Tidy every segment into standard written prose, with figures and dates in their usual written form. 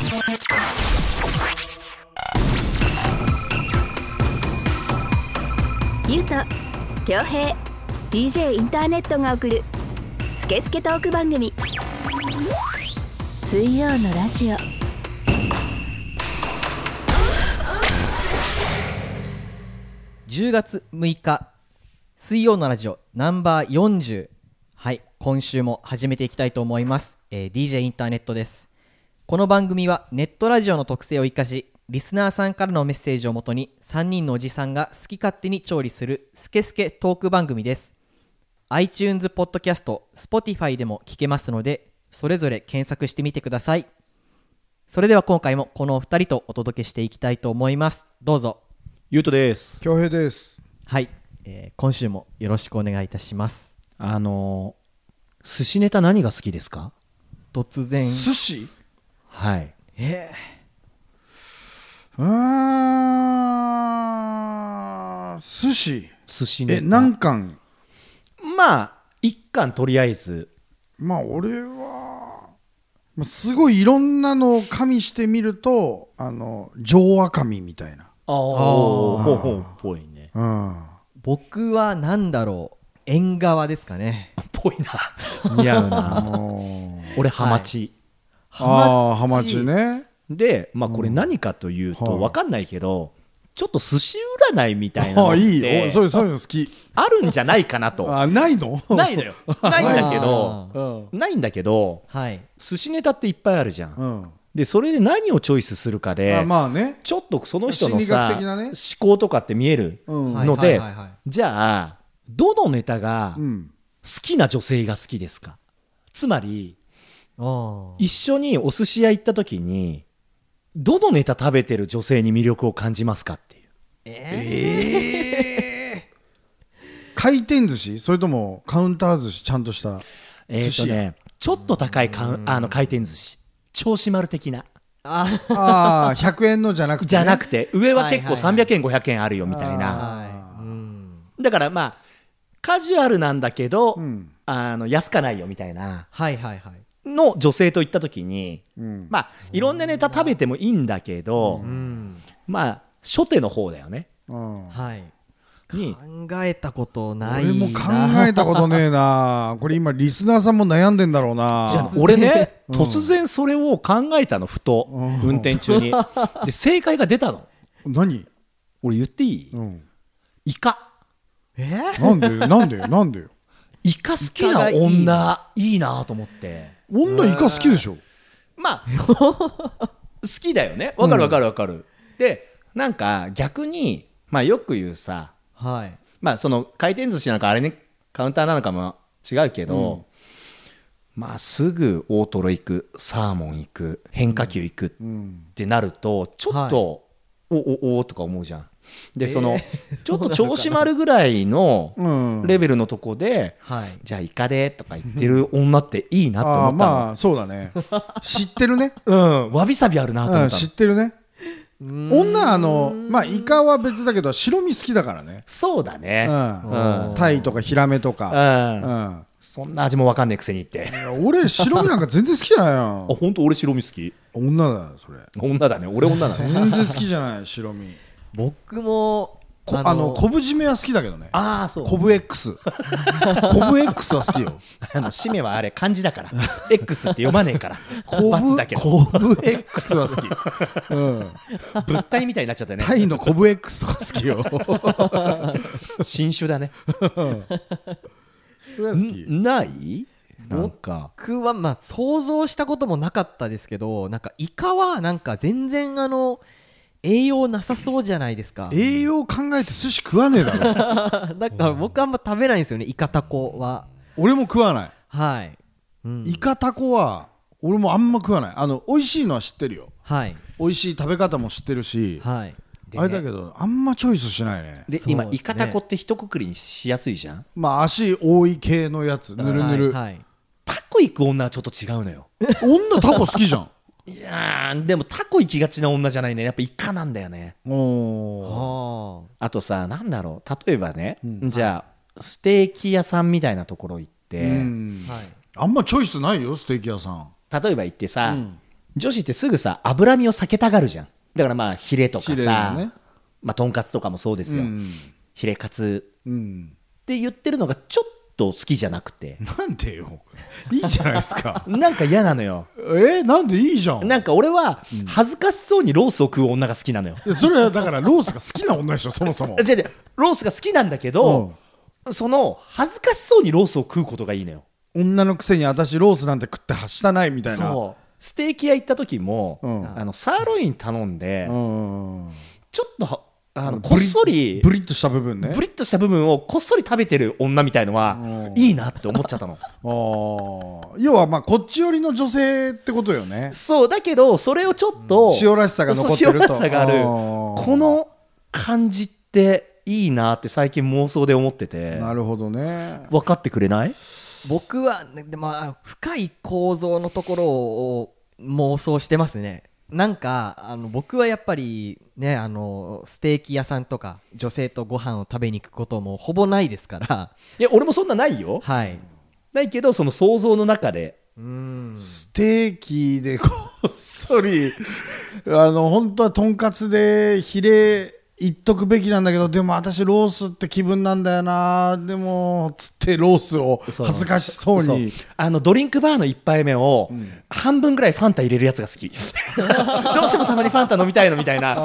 ゆうと恭平 DJ インターネットが送るスケスケトーク番組、水曜のラジオ。 10月6日水曜のラジオナンバー40。はい、今週も始めていきたいと思います。DJ インターネットです。この番組はネットラジオの特性を生かし、リスナーさんからのメッセージをもとに3人のおじさんが好き勝手に調理するスケスケトーク番組です。 iTunes ポッドキャスト、Spotify でも聞けますので、それぞれ検索してみてください。それでは今回もこのお二人とお届けしていきたいと思います。どうぞ。 ゆうとです。 恭平です。 はい、今週もよろしくお願いいたします。 寿司ネタ何が好きですか？ 突然。 寿司？ はい。 寿司。 寿司ネタ。 何貫？ まあ1貫とりあえず。 まあ俺はすごいいろんなのを加味してみると上赤身みたいな。 ほうぽいね。 僕はなんだろう、縁側ですかね。 ぽいな。似合うな。俺ハマチ。 ハマチね。 で、まあこれ何かというと分かんないけど、ちょっと寿司占いみたいなのっていい、そういうの好き。 あるんじゃないかなと。 ないの？ ないのよ。ないんだけど、ないんだけど、寿司ネタっていっぱいあるじゃん。でそれで何をチョイスするかで、ちょっとその人のさ、思考とかって見えるので、じゃあどのネタが好きな女性が好きですか？つまり一緒にお寿司屋行った時にどのネタ食べてる女性に魅力を感じますかっていう。 回転寿司？それともカウンター寿司？ちゃんとした寿司屋？ ちょっと高い回転寿司、銚子丸的な。 100円のじゃなくて、ね、 じゃなくて上は結構300円500円あるよみたいな。だからまあカジュアルなんだけど、安かないよみたいなの女性と行った時に、まあいろんなネタ食べてもいいんだけど、まあ初手の方だよね。 考えたことないな。 俺も考えたことねえな。これ今リスナーさんも悩んでんだろうな。 じゃあ俺ね、突然それを考えたの、ふと運転中に。で正解が出たの。 何？ 俺言っていい？イカ。 なんでよ。 イカ好きな女いいなと思って。 女イカ好きでしょ？ まあ好きだよね。わかる。でなんか逆にまあよく言うさ、まあその回転寿司なんかあれね、カウンターなのかも違うけど、まあすぐ大トロ行く、サーモン行く、変化球行くってなるとちょっとおとか思うじゃん。でそのちょっと銚子丸ぐらいのレベルのとこで、じゃあイカでとか言ってる女っていいなと思ったの。 まあそうだね。知ってるね。 わびさびあるなと思ったの。 知ってるね。女まあイカは別だけど白身好きだからね。 そうだね。 タイとかヒラメとか。 そんな味も分かんないくせにって。 俺白身なんか全然好きだよ。 本当？俺白身好き。 女だよそれ。 女だね。俺女だね。 全然好きじゃない白身。 僕も昆布締めは好きだけどね。 そう。 昆布 X。昆布 X は好きよ。 締めはあれ漢字だから。X って読まねえから。 昆布 X は好き。 物体みたいになっちゃったね。 タイの昆布 X とか好きよ。 新種だね。 それは好き。 ない？なんか僕はまあ想像したこともなかったですけど、なんかイカはなんか全然栄養なさそうじゃないですか。 栄養考えて寿司食わねえだろ。 だから僕あんま食べないんですよね、イカタコは。 俺も食わない。 イカタコは俺もあんま食わない。美味しいのは知ってるよ。美味しい食べ方も知ってるし、あれだけどあんまチョイスしないね。 で今イカタコって一括りにしやすいじゃん。 まあ足多い系のやつ、ぬるぬる。 タコ行く女はちょっと違うのよ。 女タコ好きじゃん。 いやでもタコ行きがちな女じゃないね。やっぱイカなんだよね。あとさ、なんだろう、例えばね、じゃあステーキ屋さんみたいなところ行って、 あんまチョイスないよステーキ屋さん。 例えば行ってさ、 女子ってすぐさ脂身を避けたがるじゃん。だからまあヒレとかさ、 ね、 まあとんかつとかもそうですよ、ヒレカツって言ってるのがちょっと好きじゃなくて。 なんでよ、いいじゃないですかなんか嫌なのよ。 なんでいいじゃん。 なんか俺は恥ずかしそうにロースを食う女が好きなのよ。 それはだからロースが好きな女でしょそもそも。 違う違う、ロースが好きなんだけど、その恥ずかしそうにロースを食うことがいいのよ。 女のくせに私ロースなんて食ってはしたないみたいな。 そうステーキ屋行った時も、サーロイン頼んで、ちょっとこっそりブリッとした部分ね、 ブリッとした部分をこっそり食べてる女みたいのはいいなって思っちゃったの。 要はまあこっち寄りの女性ってことよね。 そうだけどそれをちょっと、 塩らしさが残ってると。 塩らしさがあるこの感じっていいなって最近妄想で思ってて。 なるほどね。 分かってくれない？ 僕は、まあ、深い構造のところを妄想してますね。なんか僕はやっぱりねステーキ屋さんとか女性とご飯を食べに行くこともほぼないですから。 いや俺もそんなないよ。 はいないけどその想像の中でステーキでこっそり本当はとんかつでヒレ言っとくべきなんだけど、でも私ロースって気分なんだよな、でもつってロースを恥ずかしそうにドリンクバーの1杯目を半分ぐらいファンタ入れるやつが好きどうしてもたまにファンタ飲みたいのみたいな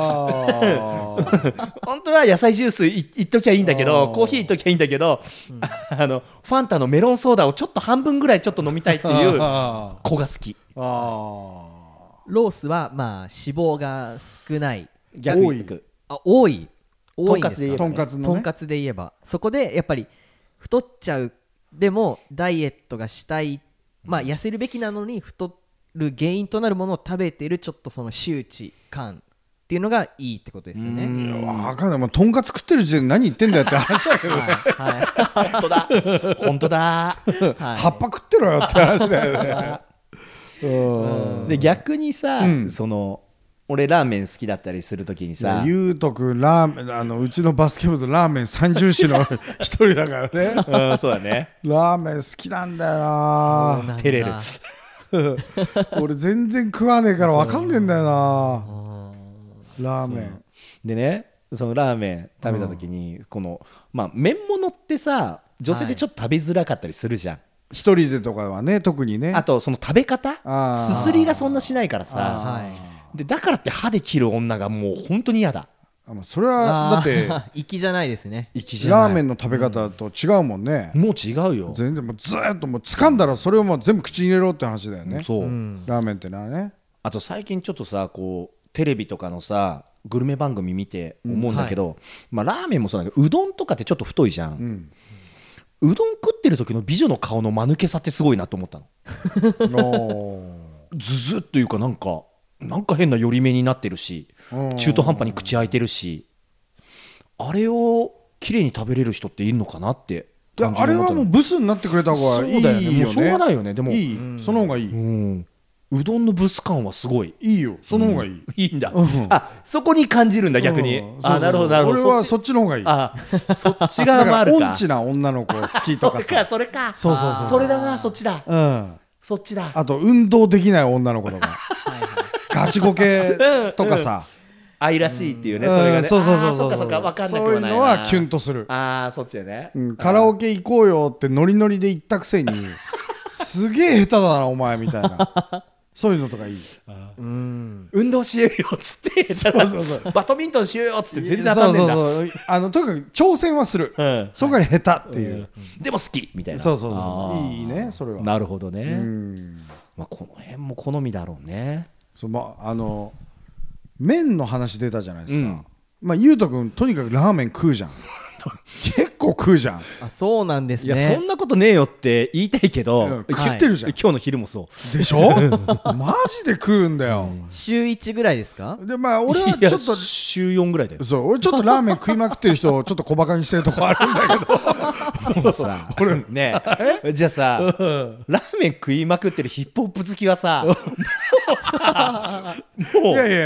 本当は野菜ジュースいっときゃいいんだけど、コーヒーいっときゃいいんだけど、ファンタのメロンソーダをちょっと半分ぐらいちょっと飲みたいっていう子が好き。 ロースはまあ脂肪が少ない、 逆に言う多いとんかつで言えば、 とんかつのね、 とんかつで言えばそこでやっぱり太っちゃう、でもダイエットがしたい、まあ痩せるべきなのに太る原因となるものを食べている、ちょっとその周知感っていうのがいいってことですよね。 分かんない、もうとんかつ食ってる時点で何言ってんだよって話だけどね本当だ本当だ、 葉っぱ食ってろよって話だよねで逆にさ、その俺ラーメン好きだったりするときにさ、 ゆうとくんラーメンうちのバスケ部のラーメン三重視の一人だからねそうだね、 ラーメン好きなんだよな。 照れる俺全然食わねえから分かんねえんだよなラーメンでね。そのラーメン食べたときに、このまあ麺物ってさ女性でちょっと食べづらかったりするじゃん、 一人でとかはね、特にね。 あとその食べ方すすりがそんなしないからさ、でだからって歯で切る女がもう本当に嫌だ。 それはだって粋じゃないですね。 粋じゃない。 ラーメンの食べ方と違うもんね、 もう違うよ。 全然もうずっともう掴んだらそれをもう全部口に入れろって話だよね、 そう、 ラーメンってのはね。 あと最近ちょっとさこうテレビとかのさグルメ番組見て思うんだけど、まあ、ラーメンもそうだけどうどんとかってちょっと太いじゃん、うどん食ってる時の美女の顔の間抜けさってすごいなと思ったのズズッというかなんか変な寄り目になってるし、中途半端に口開いてるし、あれを綺麗に食べれる人っているのかなって単純に思ったの。 あれはもうブスになってくれた方がいいよね。 そうだよね、もうしょうがないよね。でもいい、その方がいい、 うどんのブス感はすごいいいよ、その方がいい、 いいんだ、あそこに感じるんだ逆に、あなるほどなるほど、 俺はそっちの方がいい。 あそっち側もあるか。 だから音痴な女の子好きとかさそれかそうそれだな、そっちだ、そっちだ。 あと運動できない女の子とかガチゴケとかさ、 愛らしいっていうね、それがね、 そうそうそっかそっか、分かんなくそういうはないな。 のはキュンとする。 ああそっちだね、 カラオケ行こうよってノリノリで行ったくせにすげえ下手だなお前みたいなそういうのとかいい。 運動しようよっつってそうバドミントンしようよっつって全然当たんねえんだ。 そうとにかく挑戦はする、そこから下手っていう、 でも好きみたいな。 そういいねそれは。 なるほどね、まあ、この辺も好みだろうね。 そう、麺の話出たじゃないですか、まあ、ゆうとくんとにかくラーメン食うじゃん結構食うじゃん。 あそうなんですね。 いやそんなことねえよって言いたいけど、 食ってるじゃん、 今日の昼もそうでしょマジで食うんだよ、 週1ぐらいですか。 でまあ俺はちょっと週4ぐらいだよ。 そう俺ちょっとラーメン食いまくってる人をちょっと小バカにしてるとこあるんだけどもうさねえじゃあさラーメン食いまくってるヒップホップ好きはさもういや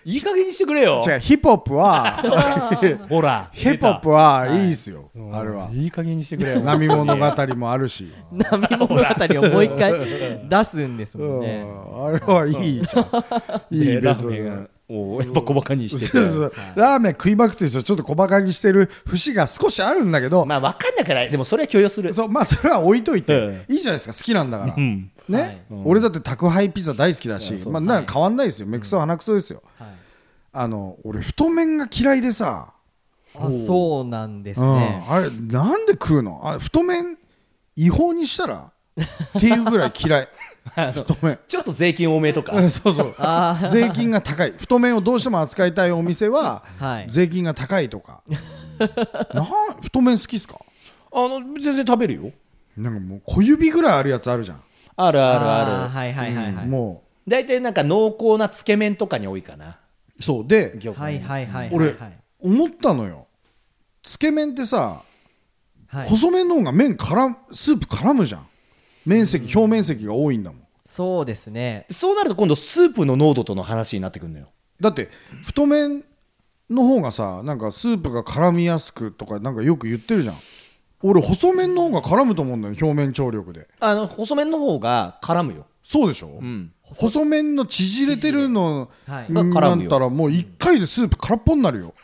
いい加減にしてくれよ。 違う、ヒップホップはほらヒップホップはいいっすよ、あれは。 いい加減にしてくれよ。 波物語もあるし、 波物語をもう一回出すんですもんね。 あれはいいじゃん。いいイベントラーメンをやっぱ小バカにしてて、 そうそうラーメン食いまくってる人ちょっと小バカにしてる節が少しあるんだけど、 まあ分かんなくない。でもそれは許容する。 そう、まあそれは置いといて、いいじゃないですか、好きなんだから、 うんね、 はい俺だって宅配ピザ大好きだし、まあなんか変わんないですよ、目くそ鼻くそですよ。 はい、 俺太麺が嫌いでさ、 あ、そうなんですね。 あれなんで食うの？太麺違法にしたらっていうぐらい嫌い。太麺ちょっと税金多めとか。 そうそう税金が高い、太麺をどうしても扱いたいお店ははい税金が高いとか太麺好きっすか？ 全然食べるよ。 なんかもう小指ぐらいあるやつあるじゃん。 あるあるあーあはいはいはいはい。 うんもる。大体なんか濃厚なつけ麺とかに多いかな。 うそうで、 はいはいはいはい俺はい思ったのよ、つけ麺ってさ、 はい、 細麺の方がスープ絡むじゃん。表面積が多いんだもん。 そうですね。 そうなると今度スープの濃度との話になってくるのよ。 だって太麺の方がさ、なんかスープが絡みやすくとかなんかよく言ってるじゃん。俺細麺の方が絡むと思うんだよ、表面張力で。 細麺の方が絡むよ。 そうでしょ、 うん細麺の縮れてるのはいが絡むよなんたらもう1回でスープ空っぽになるよ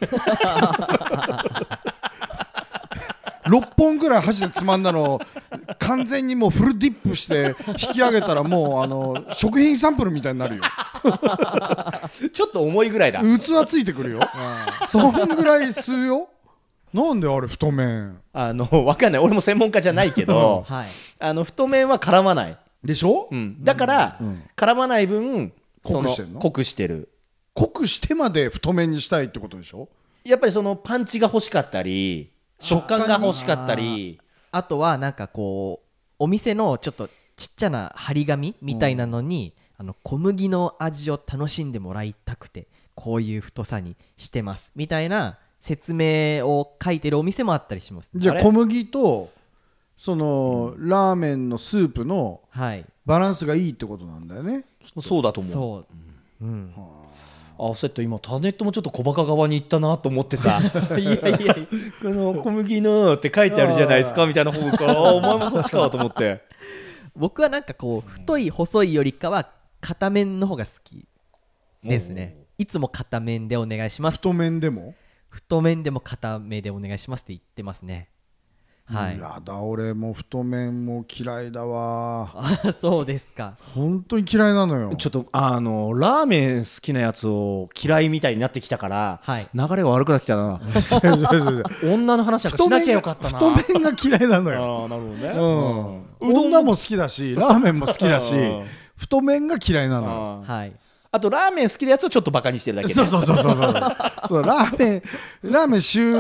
6本ぐらい箸でつまんだのを完全にもうフルディップして引き上げたらもう食品サンプルみたいになるよ。 ちょっと重いぐらいだ。 器ついてくるよそんぐらい吸うよ。なんであれ太麺わかんない。俺も専門家じゃないけどはい太麺は絡まない。 でしょ、 だから絡まない分濃くしてんの？ 濃くしてる。 濃くしてまで太麺にしたいってことでしょ。 やっぱりそのパンチが欲しかったり食感が欲しかったり。 あとはなんかこうお店のちょっとちっちゃな張り紙みたいなのに、小麦の味を楽しんでもらいたくてこういう太さにしてますみたいな説明を書いてるお店もあったりします、ね、 じゃあ小麦とそのラーメンのスープのはいバランスがいいってことなんだよね。 そうだと思う。 そう、うん、 そうやって今タネットもちょっと小バカ側に行ったなと思ってさいやいやこの小麦のって書いてあるじゃないですかみたいな方からお前もそっちかと思って僕はなんかこう太い細いよりかは片面の方が好きですね。いつも片面でお願いします。 太麺でも太麺でも片目でお願いしますって言ってますね。はい。 やだ、俺も太麺も嫌いだわ。 あ、そうですか。 本当に嫌いなのよ。 ちょっとラーメン好きなやつを嫌いみたいになってきたから、 はい、 流れが悪くなってきたな女の話なんかしなきゃよかったな。 太麺が嫌いなのよ。 あ、なるほどね、 女も好きだしラーメンも好きだし太麺が嫌いなのよ。 はい。 あとラーメン好きなやつをちょっとバカにしてるだけで。 そうそうラーメン週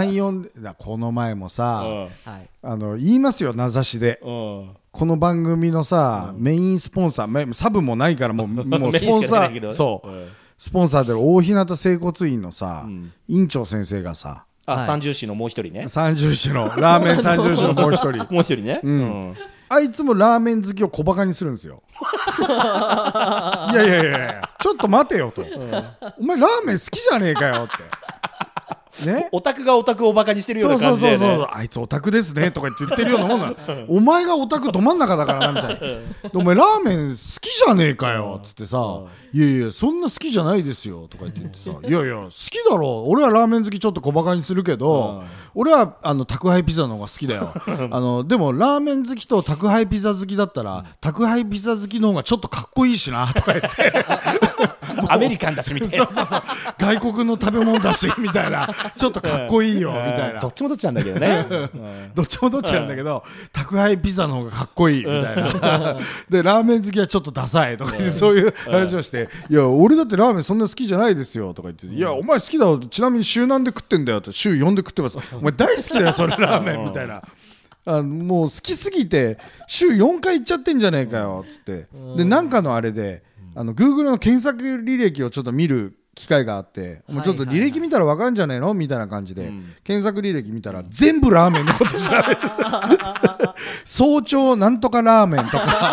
3,4 この前もさ、 はい、 言いますよ名指しで、この番組のさ、メインスポンサーサブもないからもうスポンサーそうスポンサーで大日向整骨院のさ、院長先生がさ、 三重師のもう一人ね。 三重師のラーメン三重師のもう一人もう一人ね、 あいつもラーメン好きを小バカにするんですよいやちょっと待てよと、お前ラーメン好きじゃねえかよってね、 オタクがオタクをバカにしてるような感じで、ね、 そうあいつオタクですねとか言ってるようなもんなお前がオタクど真ん中だからなみたいなお前ラーメン好きじゃねえかよっつってさ、いやそんな好きじゃないですよとか言ってさいや好きだろ、俺はラーメン好きちょっと小バカにするけど、俺は宅配ピザの方が好きだよでもラーメン好きと宅配ピザ好きだったら、宅配ピザ好きの方がちょっとかっこいいしなとか言ってアメリカンだしみたいなそう外国の食べ物だしみたいなちょっとかっこいいよみたいな、 どっちもどっちなんだけどねどっちもどっちなんだけど、宅配ピザの方がかっこいいみたいなでラーメン好きはちょっとダサいとか言ってそういう話をして、いや俺だってラーメンそんな好きじゃないですよとか言って、いやお前好きだよ、ちなみに週何で食ってんだよって、週4で食ってます、お前大好きだよそれラーメンみたいなもう好きすぎて週4回行っちゃってんじゃねえかよっつって、でなんかのあれでGoogle の検索履歴をちょっと見る機会があって、もうちょっと履歴見たら分かるんじゃねえのみたいな感じで、検索履歴見たら全部ラーメンのこと調べて早朝なんとかラーメンとか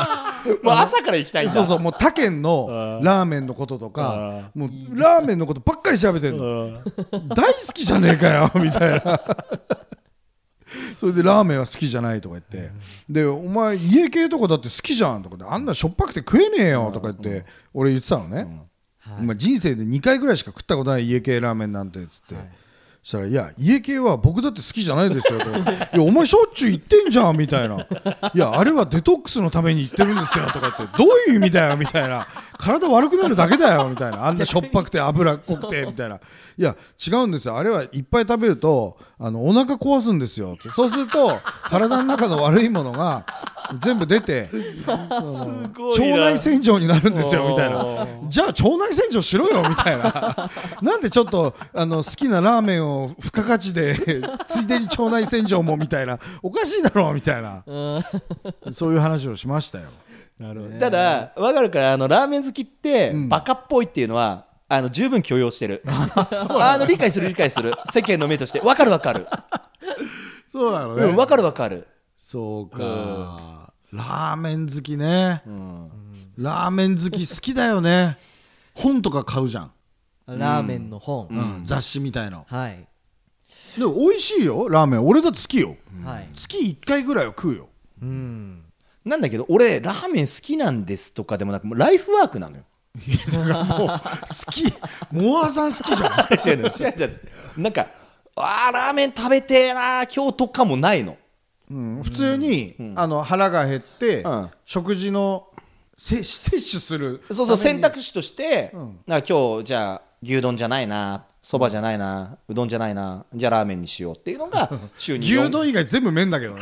もう朝から行きたいんだ。 そうそう、もう他県のラーメンのこととか、もうラーメンのことばっかり調べてるの。大好きじゃねえかよみたいな。それでラーメンは好きじゃないとか言って、でお前家系とかだって好きじゃんとかで、あんなしょっぱくて食えねえよとか言って俺言ってたのね。人生で2回ぐらいしか食ったことない家系ラーメンなんてっつって、そしたら、いや家系は僕だって好きじゃないですよとか、いやお前しょっちゅう言ってんじゃんみたいな、いやあれはデトックスのために言ってるんですよとか言って、どういう意味だよみたいな、体悪くなるだけだよみたいな、あんなしょっぱくて脂っこくてみたいな、いや違うんですよ、あれはいっぱい食べるとお腹壊すんですよって、そうすると体の中の悪いものが全部出て腸内洗浄になるんですよみたいな、じゃあ腸内洗浄しろよみたいななんでちょっと好きなラーメンを付加価値でついでに腸内洗浄もみたいな、おかしいだろうみたいなそういう話をしましたよ。 なるほど。ただ分かるから、ラーメン好きってバカっぽいっていうのは十分許容してる理解する世間の目として分かるそうなのね、 分かる。 そうか、ラーメン好きね、ラーメン好き好きだよね。本とか買うじゃん、 ラーメンの本、 雑誌みたいの。 はいでも美味しいよラーメン、俺だって好きよ、 はい、 月1回ぐらいは食うよ。 なんだけど俺ラーメン好きなんですとかでもなく、もうライフワークなのよ。 だからもう好き、モアさん好きじゃん。 違うなんかラーメン食べてえな今日とかもないの。 普通に、腹が減って、食事の摂取する、 そう選択肢として、なんか今日じゃあ牛丼じゃないな、そばじゃないな、うどんじゃないな、じゃあラーメンにしようっていうのが週に牛丼以外全部麺だけどね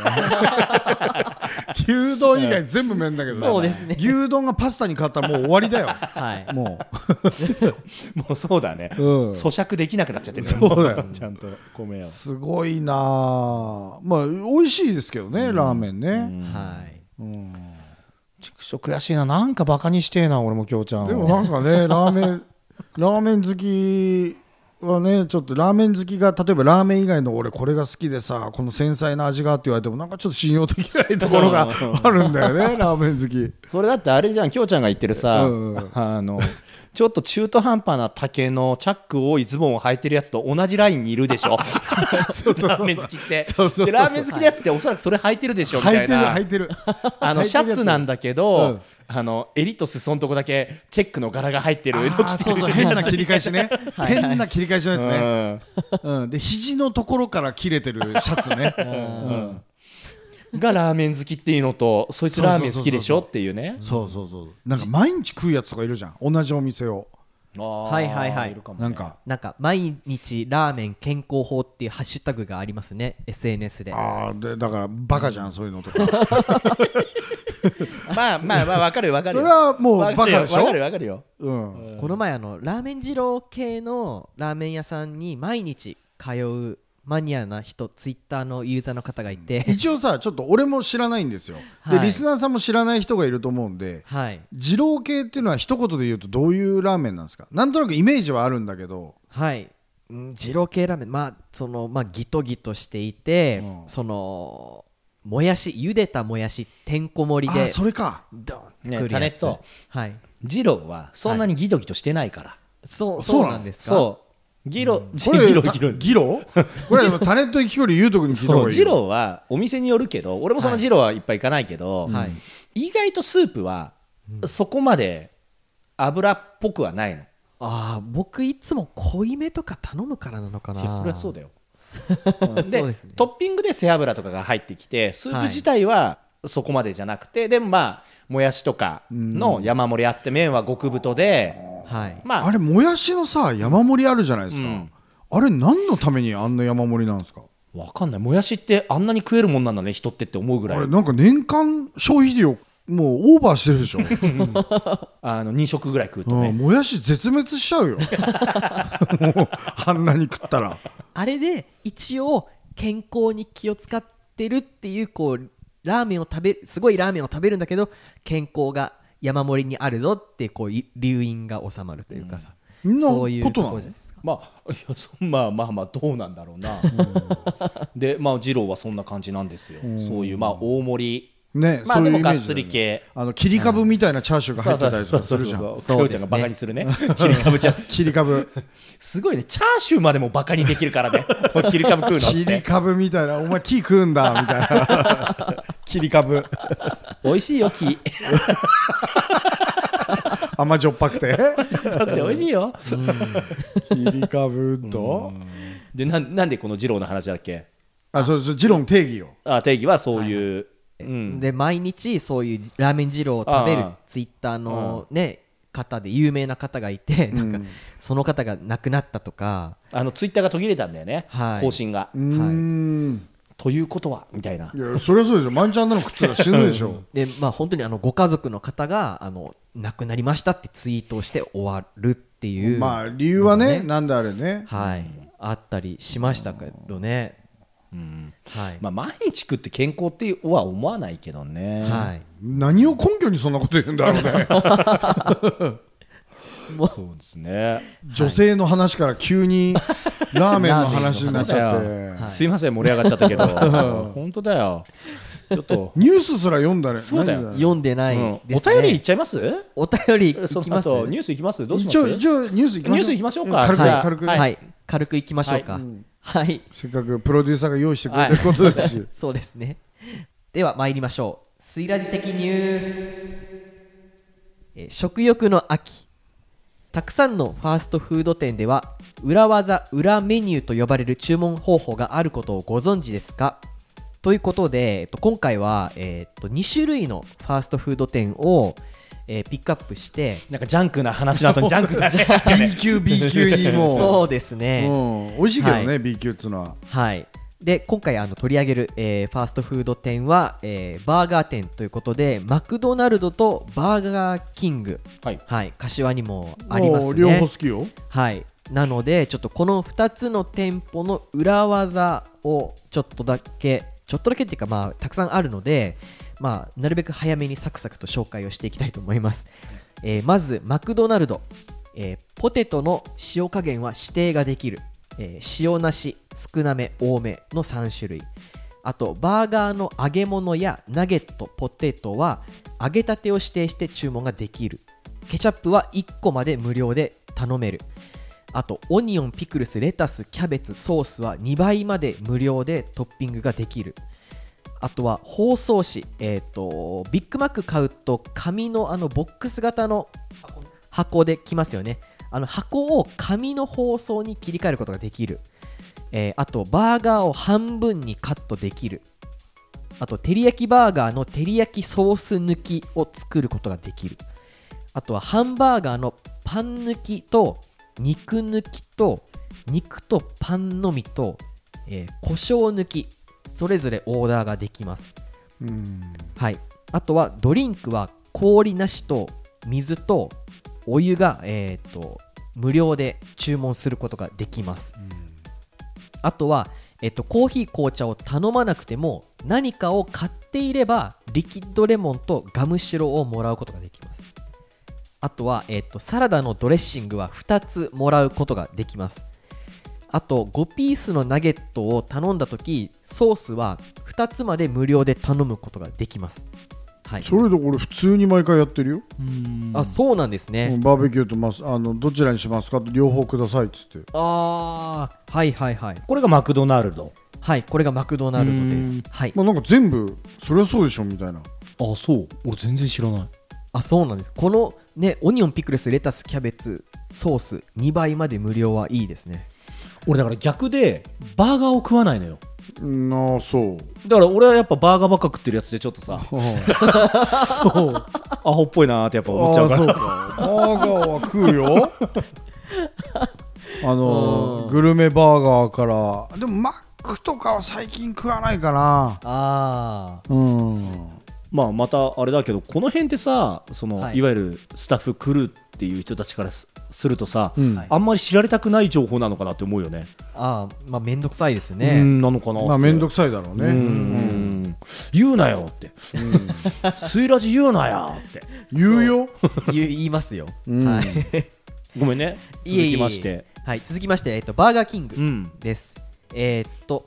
牛丼以外全部麺だけどね。 そうですね、 牛丼がパスタに変わったらもう終わりだよはい、 もうそうだね、咀嚼できなくなっちゃってる。 そうだよちゃんと米を。 すごいなあ。まあ美味しいですけどね、ラーメンね。 はい、 畜生悔しいな、なんかバカにしてえな俺も、きょうちゃん。 でもなんかねラーメン好きはね、ちょっとラーメン好きが例えばラーメン以外の俺これが好きでさ、この繊細な味がって言われてもなんかちょっと信用できないところがあるんだよねラーメン好き。 それだってあれじゃん、きょうちゃんが言ってるさ、ちょっと中途半端な丈のチャック多いズボンを履いてるやつと同じラインにいるでしょラーメン好きって。でラーメン好きなやつっておそらくそれ履いてるでしょみたいな。 履いてるシャツなんだけど、襟と裾のとこだけチェックの柄が入ってるの着てる。 そう変な切り返しね変な切り返しのやつね、で肘のところから切れてるシャツねがラーメン好きっていうのと、そいつラーメン好きでしょっていうね。 そうなんか毎日食うやつとかいるじゃん、同じお店を。 はいはいはい、 なんか毎日ラーメン健康法っていうハッシュタグがありますね SNS で。 でだからバカじゃん、そういうのとかまあ分かるそれはもうバカでしょ。 分かるよ、 この前ラーメン二郎系のラーメン屋さんに毎日通うマニアな人、ツイッターのユーザーの方がいて、 一応さちょっと俺も知らないんですよ、でリスナーさんも知らない人がいると思うんで、二郎系っていうのは一言で言うとどういうラーメンなんですか。なんとなくイメージはあるんだけど。 はい、二郎系ラーメン、ギトギトしていて、もやし、茹でたもやしてんこ盛りで、 それかドンね、タネット、二郎はそんなにギトギトしてないから。 そうなんですか。 そうギロこれタネットに聞くより言うとこに聞いた方がいい。 ジローはお店によるけど、俺もそのジローはいっぱい行かないけど、意外とスープはそこまで油っぽくはないの。 僕いつも濃いめとか頼むからなのかな。 それはそうだよでトッピングで背脂とかが入ってきて、スープ自体はそこまでじゃなくて、でももやしとかの山盛りあって、麺は極太で、 あれもやしのさ山盛りあるじゃないですか、あれ何のためにあんな山盛りなんですか。 分かんない。もやしってあんなに食えるもんなんだね人ってって思うぐらい。 あれなんか年間消費量もうオーバーしてるでしょ 2食ぐらい食うとね、 もやし絶滅しちゃうよもうあんなに食ったら。 あれで一応健康に気を使ってるっていう、すごいラーメンを食べるんだけど健康が山盛りにあるぞって留飲が収まるというかさ、そういうところじゃないですか。 まあどうなんだろうなで二郎はそんな感じなんですよ、そういう大盛りね、 まあそういうイメでもがっつージだよね。 り系、 切り株みたいなチャーシューが入ってたりとかするじゃん。 そうそうそうそう、きょうちゃんがバカにするね切り株ちゃん切り株すごいね、チャーシューまでもバカにできるからねもう切り株食うのって切り株みたいな、お前木食うんだみたいな切り株美味しいよ木甘じょっぱくてだって美味しいよ切り株とでなんでこの二郎の話だっけ。 そうジロン定義を定義はそういう、 で毎日そういうラーメン二郎を食べるああツイッターのね方で有名な方がいて、なんかその方が亡くなったとか、 ツイッターが途切れたんだよね、 はい更新が、ということはみたいな。 いやそりゃそうでしょ、マンちゃんなの食ってたら死ぬでしょでまあ本当にご家族の方が亡くなりましたってツイートをして終わるっていう、 まあ理由はね、なんであれね、 はいあったりしましたけどね、はいまあ、毎日食って健康っては思わないけどね、 はい何を根拠にそんなこと言うんだろうねそうですね。 女性の話から急にラーメンの話になっちゃって、 すいません盛り上がっちゃったけど本当だよ、ちょっとニュースすら読んだね。 そうだよ何読んでないおですね。 便りいっちゃいます？ お便りいきます。 その後ニュースいきます？どうします？ 一応ニュースいきましょう。 ニュースいきましょうか。 軽くじゃあ軽く、 はい軽くいきましょうか。はいせっかくプロデューサーが用意してくれてることですし、 そうですね。では参りましょう。スイラジ的ニュース。食欲の秋。たくさんのファーストフード店では裏技裏メニューと呼ばれる注文方法があることをご存知ですか？ということで、今回は、2種類のファーストフード店を、ピックアップしてなんかジャンクな話の後にジャンクだね B 級 B 級にもうそうですね、 美味しいけどね、 はい B 級っつうのは。 はいで今回取り上げる、ファーストフード店は、バーガー店ということでマクドナルドとバーガーキング、 はい柏にもありますね。 両方好きよ。 はいなのでちょっとこの2つの店舗の裏技をちょっとだけっていうか、まあたくさんあるので、まあ、なるべく早めにサクサクと紹介をしていきたいと思います。まずマクドナルド、ポテトの塩加減は指定ができる、塩なし少なめ多めの3種類。あとバーガーの揚げ物やナゲットポテトは揚げたてを指定して注文ができる。ケチャップは1個まで無料で頼める。あとオニオンピクルスレタスキャベツソースは2倍まで無料でトッピングができる。あとは包装紙、ビッグマック買うと紙のボックス型の箱で来ますよね。箱を紙の包装に切り替えることができる。あとバーガーを半分にカットできる。あと照り焼きバーガーの照り焼きソース抜きを作ることができる。あとはハンバーガーのパン抜きと肉抜きと肉とパンのみと、胡椒抜きそれぞれオーダーができます。はい、あとはドリンクは氷なしと水とお湯が、無料で注文することができます。あとは、コーヒー紅茶を頼まなくても何かを買っていればリキッドレモンとガムシロをもらうことができます。あとは、サラダのドレッシングは2つもらうことができます。あと5ピースのナゲットを頼んだときソースは2つまで無料で頼むことができます。はい、 それで俺普通に毎回やってるよ。 あ、そうなんですね。 バーベキューとどちらにしますかと両方くださいっつって。 はいはいはい。 これがマクドナルド。 はい、これがマクドナルドです。はい。 なんか全部そりゃそうでしょみたいな。 あ、そう俺全然知らない。 あ、そうなんです。このねオニオンピクルスレタスキャベツソース2倍まで無料はいいですね。 俺だから逆でバーガーを食わないのよ。 そうだから俺はやっぱバーガーばっか食ってるやつでちょっとさアホっぽいなーってやっぱ思っちゃうから。 そうかバーガーは食うよグルメバーガーからでもマックとかは最近食わないかな。 まあまたあれだけどこの辺ってさいわゆるスタッフ来るっていう人たちからするとさ、あんまり知られたくない情報なのかなって思うよね。 まあめんどくさいですね。 なのかな。 まあめんどくさいだろうね。 言うなよってスイラジ言うなよって言うよ言いますよ。はい。 ごめんね。続きましてバーガーキングです。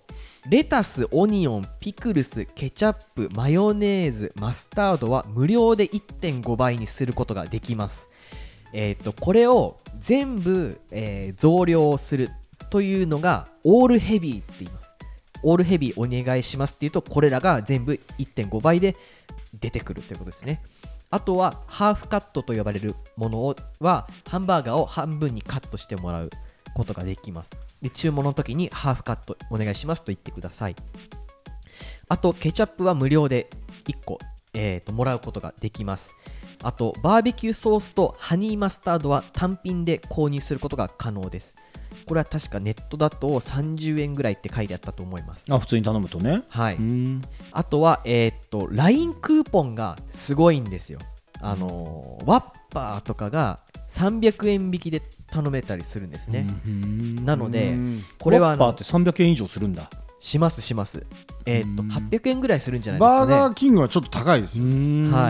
レタス、オニオン、ピクルス、ケチャップ、マヨネーズ、マスタードは無料で 1.5 倍にすることができます。これを全部、増量するというのがオールヘビーって言います。オールヘビーお願いしますっていうと、これらが全部 1.5 倍で出てくるということですね。あとはハーフカットと呼ばれるものはハンバーガーを半分にカットしてもらうことができます。で、注文の時にハーフカットお願いしますと言ってください。あとケチャップは無料で1個、もらうことができます。あとバーベキューソースとハニーマスタードは単品で購入することが可能です。これは確かネットだと30円ぐらいって書いてあったと思います。 あ、普通に頼むとね。 はい。あとはLINE クーポンがすごいんですよ。ワッパーとかが300円引きで頼めたりするんですね。なのでこれはワッパーって300円以上するんだ。 します。800円ぐらいするんじゃないですかね。 バーガーキングはちょっと高いですよ。 はい、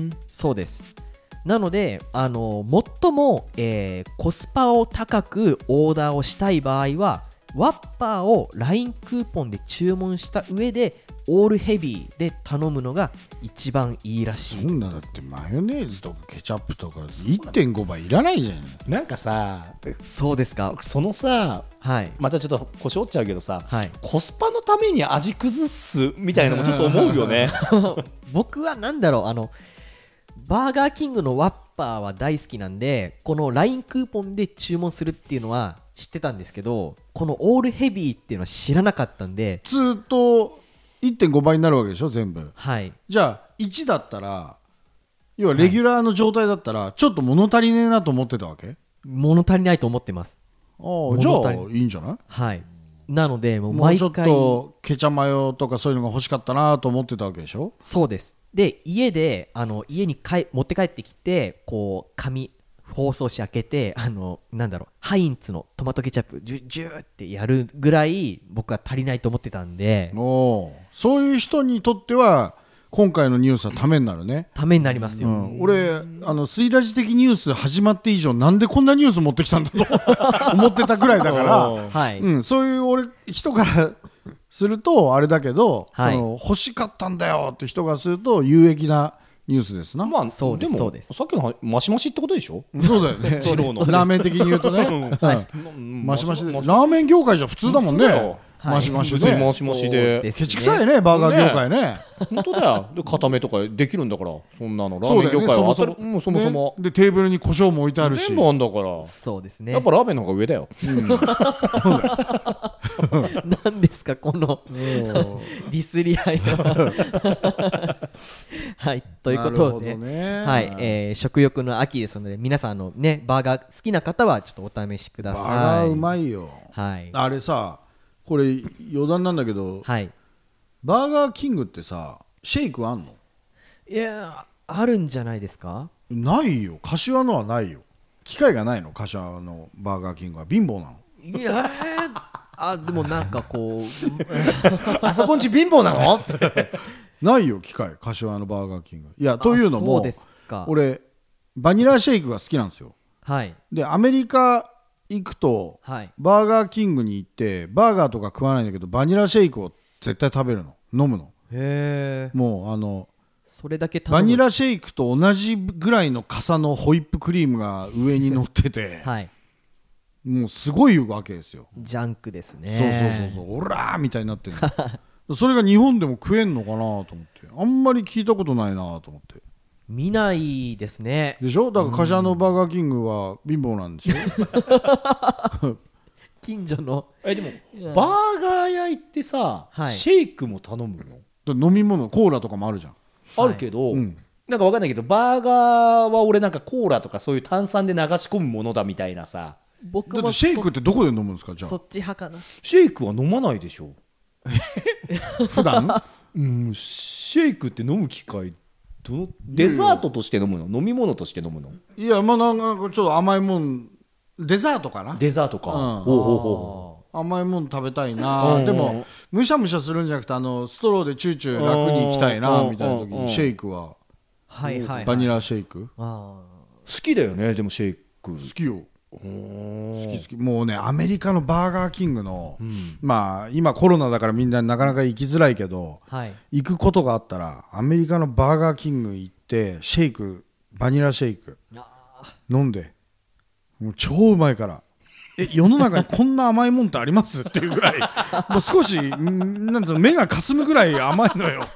そうです。なので最も、コスパを高くオーダーをしたい場合はワッパーを LINE クーポンで注文した上でオールヘビーで頼むのが一番いいらしい。 そんなだってマヨネーズとかケチャップとか 1.5 倍いらないじゃん。 なんかさ、 そうですか。 そのさ、 はい、 またちょっと腰折っちゃうけどさ、 はい、 コスパのために味崩すみたいなのもちょっと思うよね。 僕はなんだろう、バーガーキングのワッパーは大好きなんで、この LINE クーポンで注文するっていうのは知ってたんですけど、このオールヘビーっていうのは知らなかったんで。 ずっと 1.5 倍になるわけでしょ全部。 はい。 じゃあ1だったら、要はレギュラーの状態だったらちょっと物足りねえなと思ってたわけ？ 物足りないと思ってます。 じゃあいいんじゃない？ はい。なのでもうもう毎回ちょっとケチャマヨとかそういうのが欲しかったなと思ってたわけでしょ？ そうです。で家で家に持って帰ってきて、こう紙包装紙開けてなんだろう、ハインツのトマトケチャップジューってやるぐらい僕は足りないと思ってたんで。 そういう人にとっては今回のニュースはためになるね。 ためになりますよ。 俺スイラジ的ニュース始まって以上なんでこんなニュース持ってきたんだと思ってたぐらいだから、はいそういう人からするとあれだけど、 はい、 欲しかったんだよって人がすると有益なニュースですな。 まあそうです。 でもさっきのマシマシってことでしょ？ そうだよね。ラーメン的に言うとね、マシマシでラーメン業界じゃ普通だもんね。マシマシでマシマシでケチくさいねバーガー業界ね。 本当だよ。で固めとかできるんだから、そんなのラーメン業界はそもそもでテーブルに胡椒も置いてあるし全部あんだから。 そうですね。 やっぱラーメンの方が上だよ。 何ですかこのディスり合いは。はいということで、はい食欲の秋ですので、皆さんねバーガー好きな方はちょっとお試しください。 バーガーうまいよ。 はい。 あれさ、これ余談なんだけど、 はい、 バーガーキングってさシェイクあんの？ いやあるんじゃないですか？ ないよ。柏のはないよ。機械がないの？柏のバーガーキングは貧乏なの？ いやでもなんかこうあそこんち貧乏なの？ ないよ機械、柏のバーガーキング。いやというのもそうですか。 俺バニラシェイクが好きなんですよ。 はい。 でアメリカ行くと、はい、バーガーキングに行ってバーガーとか食わないんだけどバニラシェイクを絶対食べるの、飲むの。 へえ。 もうそれだけバニラシェイクと同じぐらいの傘のホイップクリームが上に乗ってて、はい、もうすごいわけですよ。 ジャンクですね。 そうオラーみたいになってるの。それが日本でも食えんのかなと思って、あんまり聞いたことないなと思って。 見ないですね。 でしょ？だから柏のバーガーキングは貧乏なんでしょ？ 近所のでもバーガー屋行ってさ、はい、シェイクも頼むの？ 飲み物コーラとかもあるじゃん。 あるけど、なんか分かんないけどバーガーは俺なんかコーラとかそういう炭酸で流し込むものだみたいなさ。 僕もだってシェイクってどこで飲むんですか？じゃあそっち派かな。 シェイクは飲まないでしょ普段シェイクって飲む機会デザートとして飲むの？飲み物として飲むの？ いやまあなんかちょっと甘いもん、デザートかな。 デザートか、 甘いもん食べたいな。でもむしゃむしゃするんじゃなくてストローでチューチュー楽に行きたいなみたいな時にシェイクはバニラシェイク好きだよね。でもシェイク好きよ。 好き好き。もうねアメリカのバーガーキングの、まあ今コロナだからみんななかなか行きづらいけど、行くことがあったらアメリカのバーガーキング行ってシェイク、バニラシェイク飲んで、もう超うまいから、世の中にこんな甘いもんってありますっていうぐらいもう少しなんつうの目がかすむぐらい甘いのよ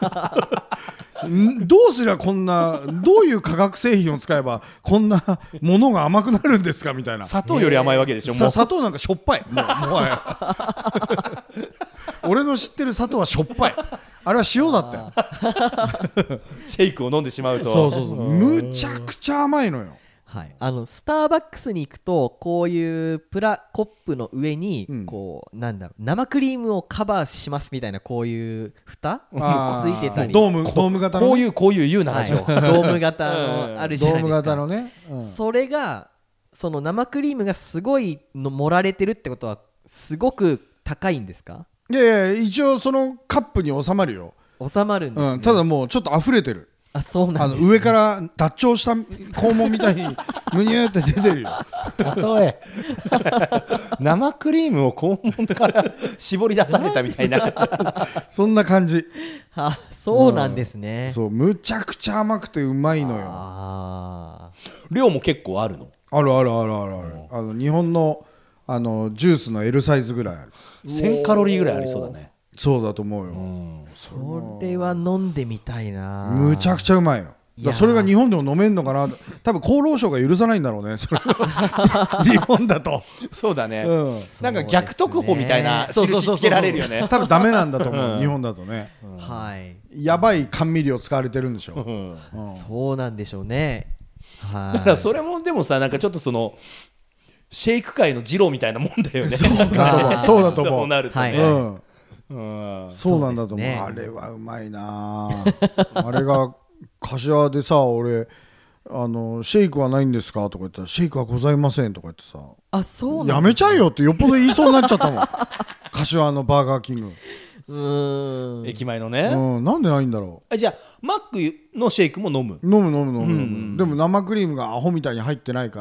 どうすりゃこんな、どういう化学製品を使えばこんなものが甘くなるんですかみたいな。 砂糖より甘いわけでしょ。もう砂糖なんかしょっぱい、もはや俺の知ってる砂糖はしょっぱい、あれは塩だったよシェイクを飲んでしまうと、 そうむちゃくちゃ甘いのよ。 はい、スターバックスに行くとこういうコップの上にこう、なんだろう、生クリームをカバーしますみたいな、こういう蓋ついてたり、 ドーム型の、ね、 こういう言うな話を、 ドーム型のあるじゃないですか。 ドーム型のね、 それがその生クリームがすごいの盛られてるってことはすごく高いんですか？ いやいや、一応そのカップに収まるよ。 収まるんですね。 ただもうちょっと溢れてる。 あ、そうなんですね。 上から脱腸した肛門みたいにむにゅーって出てるよ例え生クリームを肛門から絞り出されたみたいなそんな感じ。 あ、そうなんですね。 そう、むちゃくちゃ甘くてうまいのよ。 量も結構あるの？ ある。日本のジュースの L サイズぐらいある。 1000カロリーぐらいありそうだね。 そうだと思うよ。 それは飲んでみたいな。 むちゃくちゃうまいよ。それが日本でも飲めんのかな。多分厚労省が許さないんだろうね、それ日本だと。 そうだね、なんか逆特報みたいな印つけられるよね。 多分ダメなんだと思う、日本だとね。 はい、 やばい甘味料使われてるんでしょ。 そうなんでしょうね。はい、 だからそれもでもさ、なんかちょっとそのシェイク界の二郎みたいなもんだよね。 そうだと思う。 なるとね、 そうなんだと思う。あれはうまいなあれが柏でさ、俺シェイクはないんですかとか言ったら、シェイクはございませんとか言ってさ、 あ、そうなんだ。 やめちゃえよってよっぽど言いそうになっちゃったもん柏のバーガーキング。 駅前のね、 なんでないんだろう。じゃあマックのシェイクも飲む？ 飲む。でも生クリームがアホみたいに入ってないから、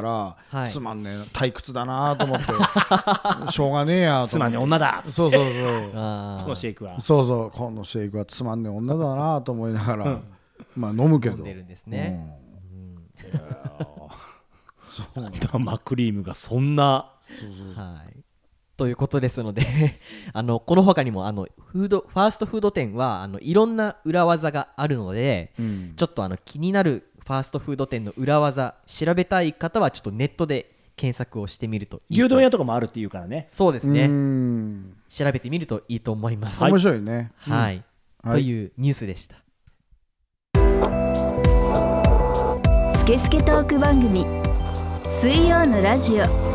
つまんねえ退屈だなと思ってしょうがねえやと思って、 つまんねえ女だ。 そうこのシェイクはこのシェイクはつまんねえ女だなと思いながらまあ飲むけど。 飲んでるんですね。 生クリームがそんな。 はい。ということですのでこの他にもファーストフード店はいろんな裏技があるので、ちょっと気になるファーストフード店の裏技調べたい方はちょっとネットで検索をしてみるといいと。 牛丼屋とかもあるっていうからね。 そうですね。調べてみるといいと思います。 面白いね。 はい、というニュースでした。 スケスケトーク番組水曜のラジオ。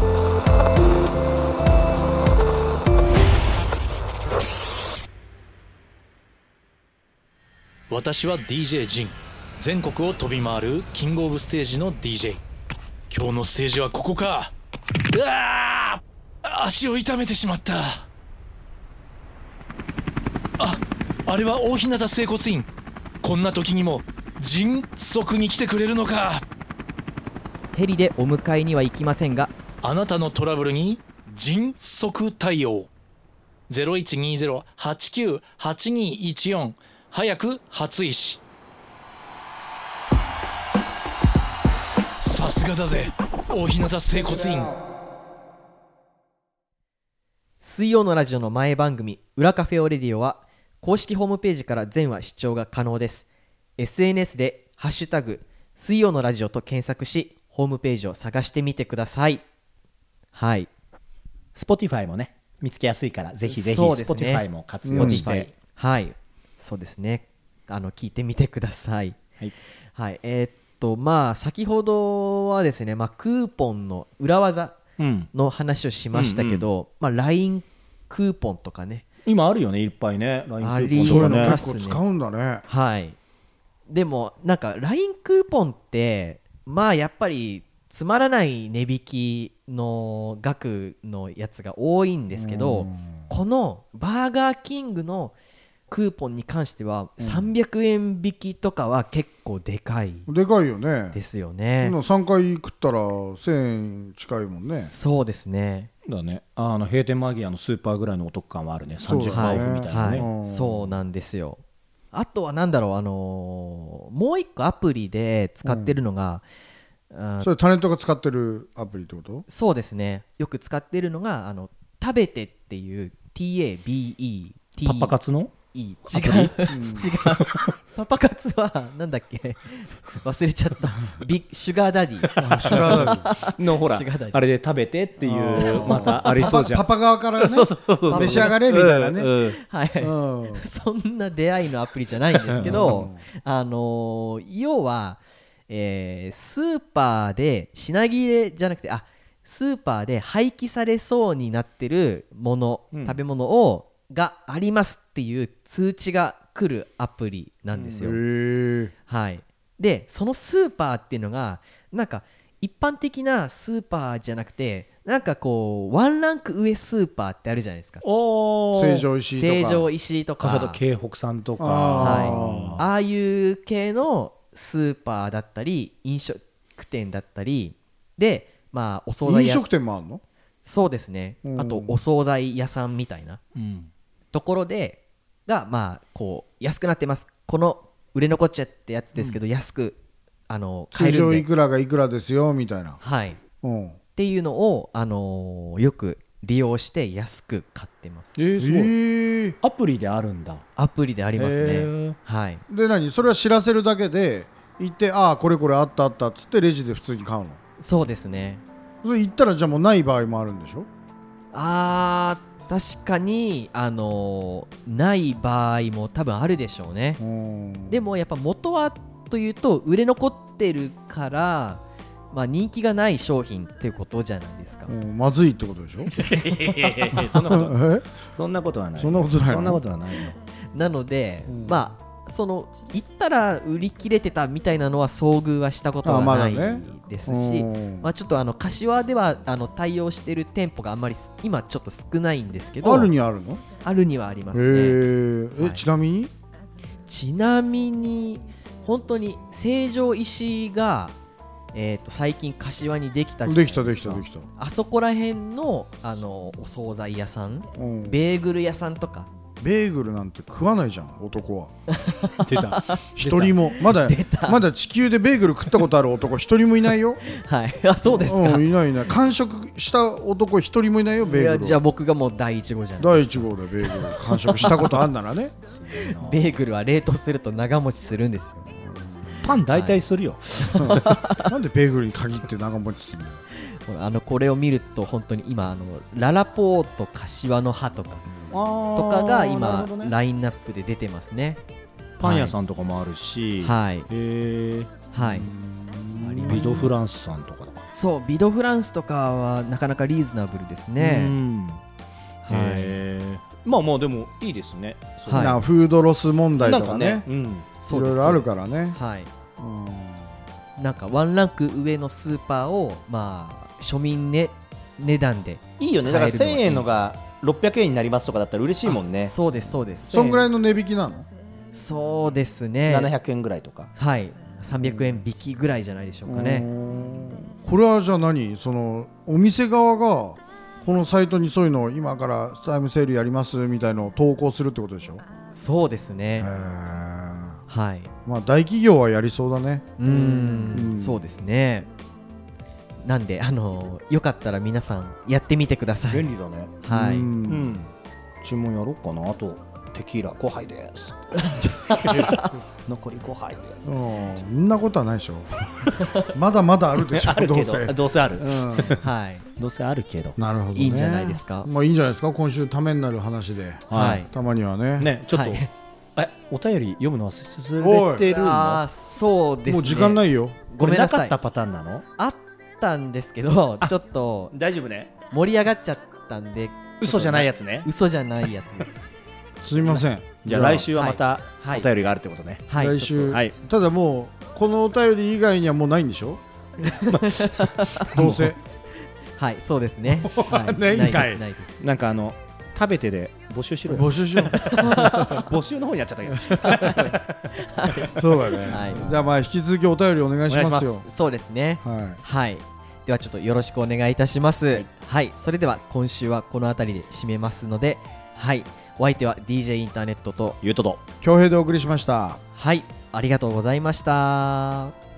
私は DJ ジン、全国を飛び回るキングオブステージの DJ。 今日のステージはここか。うわー、足を痛めてしまった。あれは大日向整骨院。こんな時にも迅速に来てくれるのか。 ヘリでお迎えには行きませんが、 あなたのトラブルに迅速対応。 0120-89-8214 早く初石。さすがだぜ大日向整骨院。 水曜のラジオの前番組裏カフェオレディオは公式ホームページから全話視聴が可能です。 SNS でハッシュタグ水曜のラジオと検索しホームページを探してみてください。はい、 Spotify もね見つけやすいから、ぜひぜひ Spotify も活用して、 はい、そうですね、聞いてみてください。はい、まあ先ほどはですね、クーポンの裏技の話をしましたけど、LINE クーポンとかね、 今あるよね、いっぱいね、 LINE クーポンとかね。 そういうの結構使うんだね。 はい。でもなんか LINE クーポンってやっぱりつまらない値引きの額のやつが多いんですけど、このバーガーキングのクーポンに関しては300円引きとかは結構でかいでかいよね。 ですよね。 3回食ったら1000円近いもんね。 そうですね。 だね、閉店間際のスーパーぐらいのお得感はあるね。 そうだね 30% オフみたいなね、 はい、そうなんですよ。あとはなんだろう、もう一個アプリで使ってるのが、 それタレントが使ってるアプリってこと？ そうですね、よく使ってるのが食べてっていう TABET パパ活の違うパパ活はなんだっけ忘れちゃった。シュガーダディシュガーダディのほらシュガーダディあれで食べてっていうまたありそうじゃん。 パパ側からね召し上がれみたいなね。 はい、そんな出会いのアプリじゃないんですけど要は、スーパーで品切れじゃなくてスーパーで廃棄されそうになってるもの、食べ物がありますっていう通知が来るアプリなんですよ。はい、でそのスーパーっていうのがなんか一般的なスーパーじゃなくてなんかこうワンランク上スーパーってあるじゃないですか。 成城石井とか成城石井とか笠戸京北さんとか、 ああいう系のスーパーだったり飲食店だったりで、お惣菜飲食店もあるの？ そうですね。あとお惣菜屋さんみたいなところでがこう安くなってます、この売れ残っちゃってやつですけど、安く買え通るんで常いくらがいくらですよみたいな。 はい、っていうのを、よく利用して安く買ってます。 そうアプリであるんだ。 アプリでありますね。はい、 でそれは知らせるだけで行ってこれあったあったっつってレジで普通に買うの？ そうですね。 それ行ったらじゃあもうない場合もあるんでしょ？ 確かにない場合も多分あるでしょうね。でもやっぱ元はというと売れ残ってるから、人気がない商品っていうことじゃないですか。 まずいってことでしょ？ そんなことそんなことはない。 そんなことない。 そんなことはないよ。 なので、行ったら売り切れてたみたいなのは遭遇はしたことはないですし、ちょっと柏では対応している店舗があんまり今ちょっと少ないんですけど、 あるにあるの？ あるにはありますね。 ちなみに？ ちなみに本当に成城石井が最近柏にできたじゃないですか。できたあそこら辺のお惣菜屋さん、ベーグル屋さんとか。 ベーグルなんて食わないじゃん男は。 出た。 一人もまだ地球でベーグル食ったことある男一人もいないよ。 はい。そうですか。 いない完食した男一人もいないよベーグル。 じゃあ僕がもう第1号じゃない第1号でベーグル完食したことあんならね。 ベーグルは冷凍すると長持ちするんですよ。 パン大体するよ。 なんでベーグルに限って長持ちするんだよ。 これを見ると本当に今ララポート柏の葉とかが今ラインナップで出てますね。 パン屋さんとかもあるし、 はい、 はい、ビドフランスさんとかだから。 そうビドフランスとかはなかなかリーズナブルですね。 まあでもいいですね。 フードロス問題とかね、いろいろあるからね。 はい。なんかワンランク上のスーパーを庶民値段でいいよね。だから1000円のが600円になりますとかだったら嬉しいもんね。 そうですそうです。 そんぐらいの値引きなの？ そうですね。 700円ぐらいとか。 はい。300円引きぐらいじゃないでしょうかね。 これはじゃあお店側がこのサイトにそういうのを今からタイムセールやりますみたいのを投稿するってことでしょ？ そうですね。はい。 大企業はやりそうだね。 そうですね。なんでよかったら皆さんやってみてください。 便利だね。 はい。 注文やろうかな。あとテキーラ5杯です。残り5杯で。 そんなことはないでしょ。まだまだあるでしょ。どうせある。 はい。 どうせあるけど。 なるほどね。 いいんじゃないですか。 いいんじゃないですか。今週ためになる話で。はい。たまにはね。 ね、ちょっとお便り読むの忘れてるの？ そうですね。 もう時間ないよ。 ごめんなさい。 なかったパターンなの？ あったんですけど、ちょっと大丈夫ね。 盛り上がっちゃったんで。 嘘じゃないやつね。 嘘じゃないやつです。 すみません。 じゃあ来週はまたお便りがあるってことね。 来週。ただもうこのお便り以外にはもうないんでしょ？どうせ。 はい、そうですね。 ないんかい。 なんか食べてで募集しろよ。 募集しよう募集の方にやっちゃったけどそうだね、 はいじゃあまあ引き続きお便りお願いしますよ。 そうですね。 ははい。ではちょっとよろしくお願いいたします。はい。それでは今週はこの辺りで締めますので、はい。お相手は DJ インターネットとゆうととい、恭平でお送りしました。 はい。ありがとうございました。